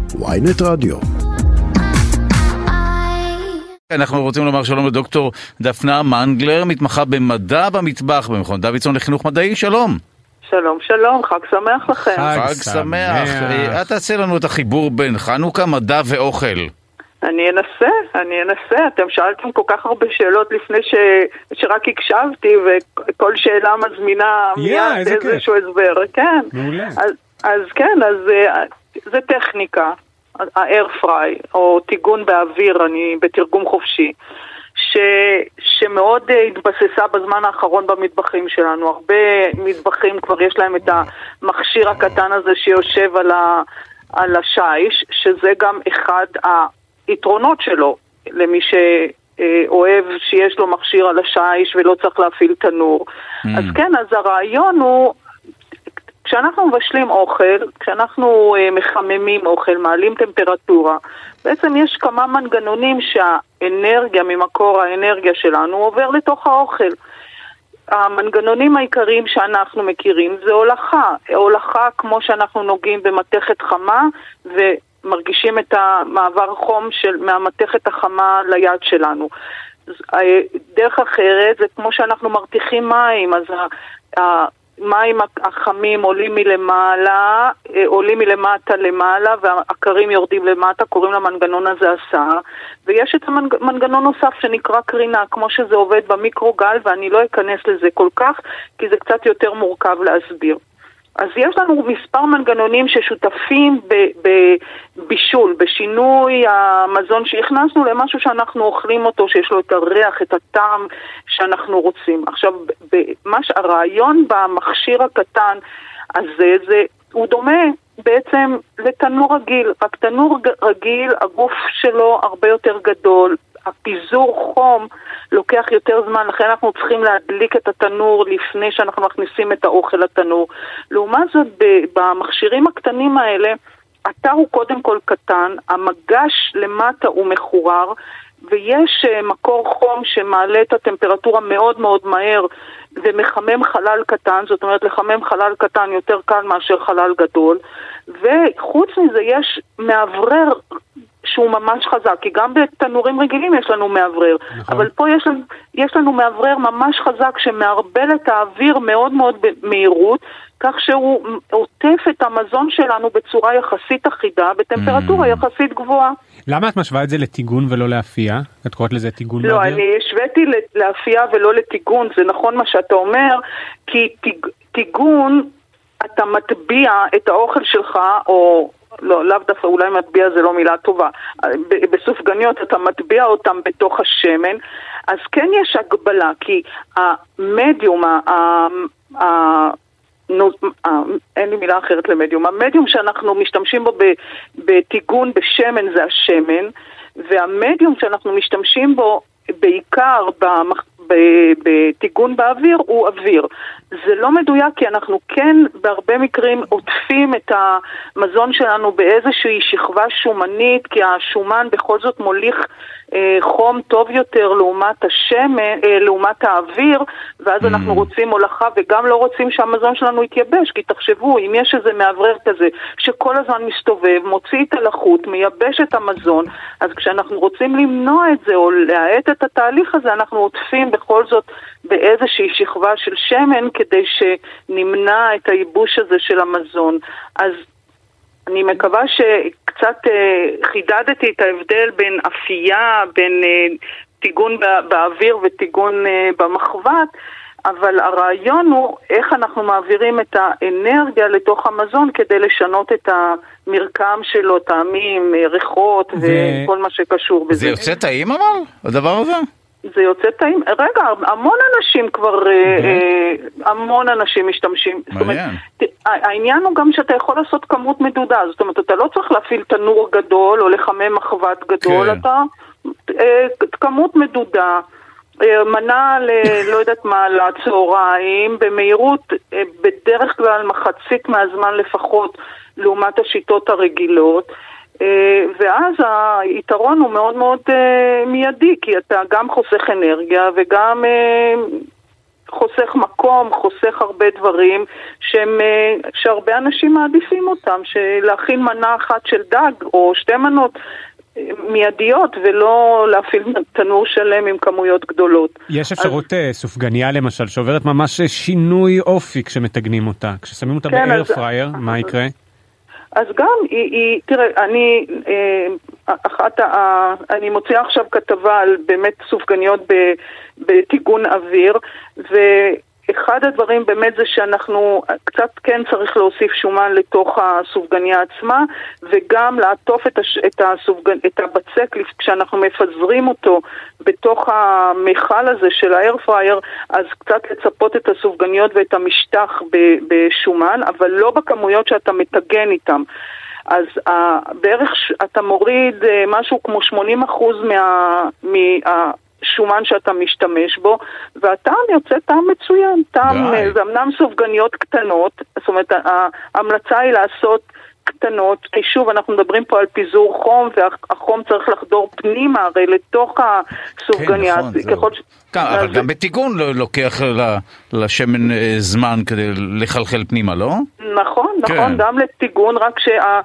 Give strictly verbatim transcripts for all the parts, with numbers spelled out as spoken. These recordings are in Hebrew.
וויינט רדיו. אנחנו רוצים לומר שלום לדוקטור דפנה מנגלר, מתמחה במדע במטבח במכון דוידסון לחינוך מדעי. שלום. שלום, שלום, חג שמח לכם. חג, חג שמח. שמח. את תעשה לנו את החיבור בין חנוכה, מדע ואוכל. אני אנסה, אני אנסה. אתם שאלתם כל כך הרבה שאלות לפני ש... שרק הקשבתי, וכל שאלה מזמינה yeah, מיד איזשהו הסבר. כן. מעולה. אז, אז כן, אז זה טכניקה, האר פריי, או טיגון באוויר, אני בתרגום חופשי, ש... שמאוד התבססה בזמן האחרון במטבחים שלנו. הרבה מטבחים כבר יש להם את המכשיר הקטן הזה שיושב על, ה... על השיש, שזה גם אחד היתרונות שלו, למי שאוהב שיש לו מכשיר על השיש ולא צריך להפעיל תנור. Mm. אז כן, אז הרעיון הוא, כשאנחנו מבשלים אוכל, כשאנחנו uh, מחממים אוכל, מעלים טמפרטורה, בעצם יש כמה מנגנונים שהאנרגיה, ממקור האנרגיה שלנו, עובר לתוך האוכל. המנגנונים העיקריים שאנחנו מכירים זה הולכה. הולכה כמו שאנחנו נוגעים במתכת חמה, ומרגישים את המעבר חום של, מהמתכת החמה ליד שלנו. דרך אחרת זה כמו שאנחנו מרתיחים מים, אז ה... מים החמים עולים מלמעלה, עולים מלמטה למעלה, והעקרים יורדים למטה, קוראים למנגנון הזה הסעה, ויש את המנגנון נוסף שנקרא קרינה, כמו שזה עובד במיקרוגל, ואני לא אכנס לזה כל כך, כי זה קצת יותר מורכב להסביר. אז יש לנו מספר מנגנונים ששותפים בבישול, בשינוי המזון שהכנסנו למשהו שאנחנו אוכלים אותו, שיש לו את הריח, את הטעם שאנחנו רוצים. עכשיו, במש, הרעיון במכשיר הקטן הזה, זה, הוא דומה בעצם לתנור רגיל, רק תנור רגיל, הגוף שלו הרבה יותר גדול, הפיזור חום לוקח יותר זמן, לכן אנחנו צריכים להדליק את התנור לפני שאנחנו מכניסים את האוכל לתנור. לעומת זאת, במכשירים הקטנים האלה, התא הוא קודם כל קטן, המגש למטה הוא מחורר, ויש מקור חום שמעלה את הטמפרטורה מאוד מאוד מהר, ומחמם חלל קטן, זאת אומרת לחמם חלל קטן יותר קל מאשר חלל גדול, וחוץ מזה יש מאוורר שהוא ממש חזק, כי גם בתנורים רגילים יש לנו מאוורר, נכון. אבל פה יש לנו, יש לנו מאוורר ממש חזק שמערבל את האוויר מאוד מאוד במהירות, כך שהוא עוטף את המזון שלנו בצורה יחסית אחידה, בטמפרטורה mm. יחסית גבוהה. למה את משווה את זה לטיגון ולא לאפייה? את קוראת לזה טיגון לא, באוויר? אני השוויתי לאפייה ולא לטיגון, זה נכון מה שאתה אומר, כי טיג, טיגון, אתה מטביע את האוכל שלך, או לא, לאו דווקא, אולי מטביע זה לא מילה טובה, בסופגניות אתה מטביע אותם בתוך השמן, אז כן יש הגבלה, כי המדיום, ה... ה... נו, אין לי מילה אחרת למדיום. המדיום שאנחנו משתמשים בו בטיגון בשמן זה השמן, והמדיום שאנחנו משתמשים בו בעיקר בטיגון באוויר הוא אוויר. זה לא מדויק, כי אנחנו כן בהרבה מקרים עוטפים את המזון שלנו באיזושהי שכבה שומנית, כי השומן בכל זאת מוליך אה, חום טוב יותר לעומת השמן, אה, לעומת האוויר, ואז mm. אנחנו רוצים הולכה וגם לא רוצים שהמזון שלנו יתייבש, כי תחשבו, אם יש איזה מאוורר כזה שכל הזמן מסתובב, מוציא את הלחות, מייבש את המזון, אז כשאנחנו רוצים למנוע את זה או להאט את התהליך הזה, אנחנו עוטפים בכל זאת באיזושהי שכבה של שמן כדי שנמנע את הייבוש הזה של המזון. אז אני מקווה שקצת אה, חידדתי את ההבדל בין אפייה, בין אה, טיגון באוויר וטיגון אה, במחבת, אבל הרעיון הוא איך אנחנו מעבירים את האנרגיה לתוך המזון כדי לשנות את המרקם שלו, טעמים, ריחות ו... וכל מה שקשור בזה. זה יוצא טעים אבל, הדבר הזה? זה יוצא טעים. רגע, המון אנשים כבר, המון אנשים משתמשים. זאת אומרת, העניין הוא גם שאתה יכול לעשות כמות מדודה. זאת אומרת, אתה לא צריך להפעיל תנור גדול או לחמם מחבת גדול, אתה כמות מדודה, מנה ל... לא יודעת מה, לצהריים, במהירות, בדרך כלל מחצית מהזמן לפחות, לעומת השיטות הרגילות, ואז היתרון הוא מאוד מאוד מיידי, כי אתה גם חוסך אנרגיה וגם חוסך מקום, חוסך הרבה דברים שהם, שהרבה אנשים מעדיפים אותם, שלהכין מנה אחת של דג או שתי מנות מיידיות ולא להפעיל תנור שלם עם כמויות גדולות. יש אפשרות אז... סופגניה למשל שעוברת ממש שינוי אופי כשמתגנים אותה, כששמים אותה כן, באייר אז... פרייר, מה יקרה? אז גם, היא, היא, תראה, אני, אחת, אני מוציאה עכשיו כתבה על באמת סופגניות בתיגון אוויר, ואחד הדברים באמת זה שאנחנו קצת כן צריך להוסיף שומן לתוך הסופגניה עצמה, וגם לעטוף את, הש, את, הסופגנ, את הבצק כשאנחנו מפזרים אותו בתוך המיכל הזה של האייר פרייר, אז קצת לצפות את הסופגניות ואת המשטח בשומן, אבל לא בכמויות שאתה מתגן איתם. אז uh, בערך ש- אתה מוריד uh, משהו כמו שמונים אחוז מהשומן שאתה משתמש בו, והטעם יוצא טעם מצוין. טעם, uh, זה אמנם סופגניות קטנות, זאת אומרת, ההמלצה היא לעשות קטנות, כי שוב אנחנו מדברים פה על פיזור חום, והחום צריך לחדור פנימה הרי לתוך הסופגניה. כן, נכון, ככל ש... כן, אבל אז... גם בטיגון לוקח לשמן זמן כדי לחלחל פנימה, לא? נכון, נכון, כן. גם לטיגון, רק שה...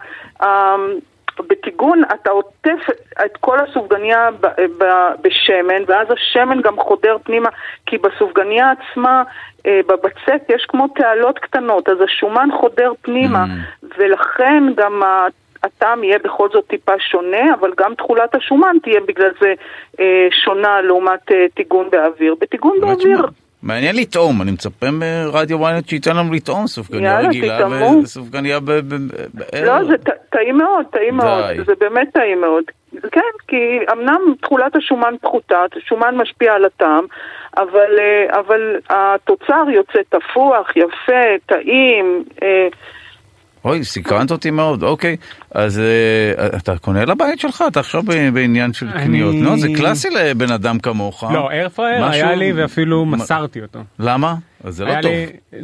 בטיגון אתה עוטף את כל הסופגניה ב- ב- בשמן, ואז השמן גם חודר פנימה, כי בסופגניה עצמה, אה, בבצק, יש כמו תעלות קטנות, אז השומן חודר פנימה, mm. ולכן גם הטעם יהיה בכל זאת טיפה שונה, אבל גם תכולת השומן תהיה בגלל זה אה, שונה לעומת אה, טיגון באוויר. בטיגון באוויר... שמה. מעניין לטעום, אני מצפה מרדיו וויינט שייתן לנו לטעום סופגניה רגילה וסופגניה באר. לא, זה טעים מאוד, טעים מאוד, זה באמת טעים מאוד. כן, כי אמנם תכולת השומן פחותה, השומן משפיע על הטעם, אבל, אבל התוצר יוצא תפוח, יפה, טעים. אוי, סיכרנת אותי מאוד, אוקיי. אז אתה קונה לבית שלך, אתה עכשיו בעניין של קניות. לא, זה קלאסי לבן אדם כמוך. לא, אייר פרייר היה לי ואפילו מסרתי אותו. למה? אז זה לא טוב.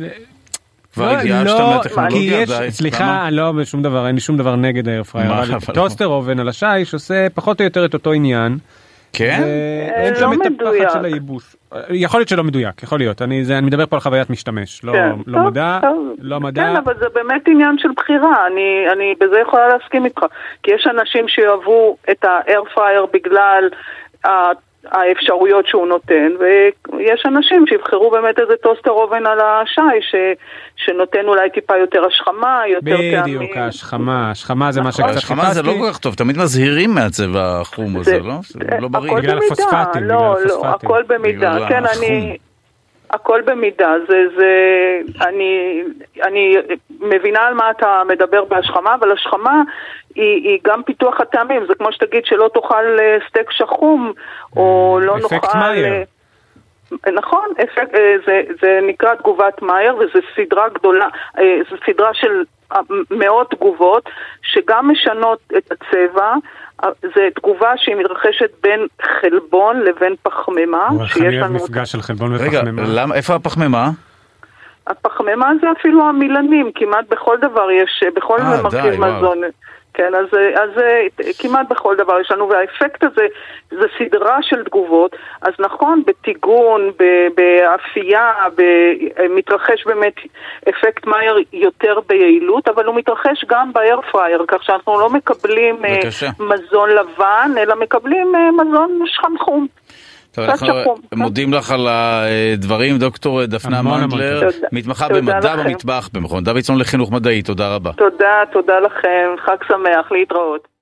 כבר התייאשת מהטכנולוגיה. סליחה, לא בשום דבר, אין לי שום דבר נגד האייר פרייר. טוסטר אובן על השיש עושה פחות או יותר את אותו עניין. כן? אין שם את הפחד של הייבוש. יכול להיות שלא מדויק, יכול להיות. אני מדבר פה על חוויית משתמש, לא מדע, לא מדע. כן, אבל זה באמת עניין של בחירה. אני בזה יכולה להסכים איתך. כי יש אנשים שיאהבו את האייר פרייר בגלל האפשרויות שהוא נותן, ויש אנשים שיבחרו באמת איזה טוסטר אובן על השי, שנותן אולי טיפה יותר השכמה, יותר טעמים. בדיוק, השכמה, השכמה זה מה שקצת חיפשתי. השכמה זה לא כל כך טוב, תמיד מזהירים מהצבע החום הזה, לא? זה לא בריא. בגלל הפוספטים, לא, לא, הכל במידה, כן, אני... הכל במידה, זה, זה, אני, אני מבינה על מה אתה מדבר בהשכמה, אבל השכמה היא, היא גם פיתוח הטעמים, זה כמו שתגיד שלא תאכל סטייק שחום, או לא נאכל... אפקט מאייר. נכון, אפקט, זה, זה נקרא תגובת מאייר, וזה סדרה גדולה, זו סדרה של מאות תגובות, שגם משנות את הצבע, זה תגובה שהיא מתרחשת בין חלבון לבין פחמימה. אני אוהב מפגש של חלבון ופחמימה. רגע, איפה הפחמימה? הפחמימה זה אפילו המילנים, כמעט בכל דבר יש, בכל מרכיב מזון. כן, אז, אז כמעט בכל דבר יש לנו, והאפקט הזה זה סדרה של תגובות, אז נכון, בטיגון, באפייה, מתרחש באמת אפקט מאייר יותר ביעילות, אבל הוא מתרחש גם באייר פרייר, כך שאנחנו לא מקבלים בקשה. מזון לבן, אלא מקבלים מזון שחם חום. טוב, אנחנו מודים לך על הדברים, דוקטור דפנה מנגלר, מתמחה במדע במטבח במכון דוידסון לחינוך מדעי, תודה רבה. תודה, תודה לכם, חג שמח, להתראות.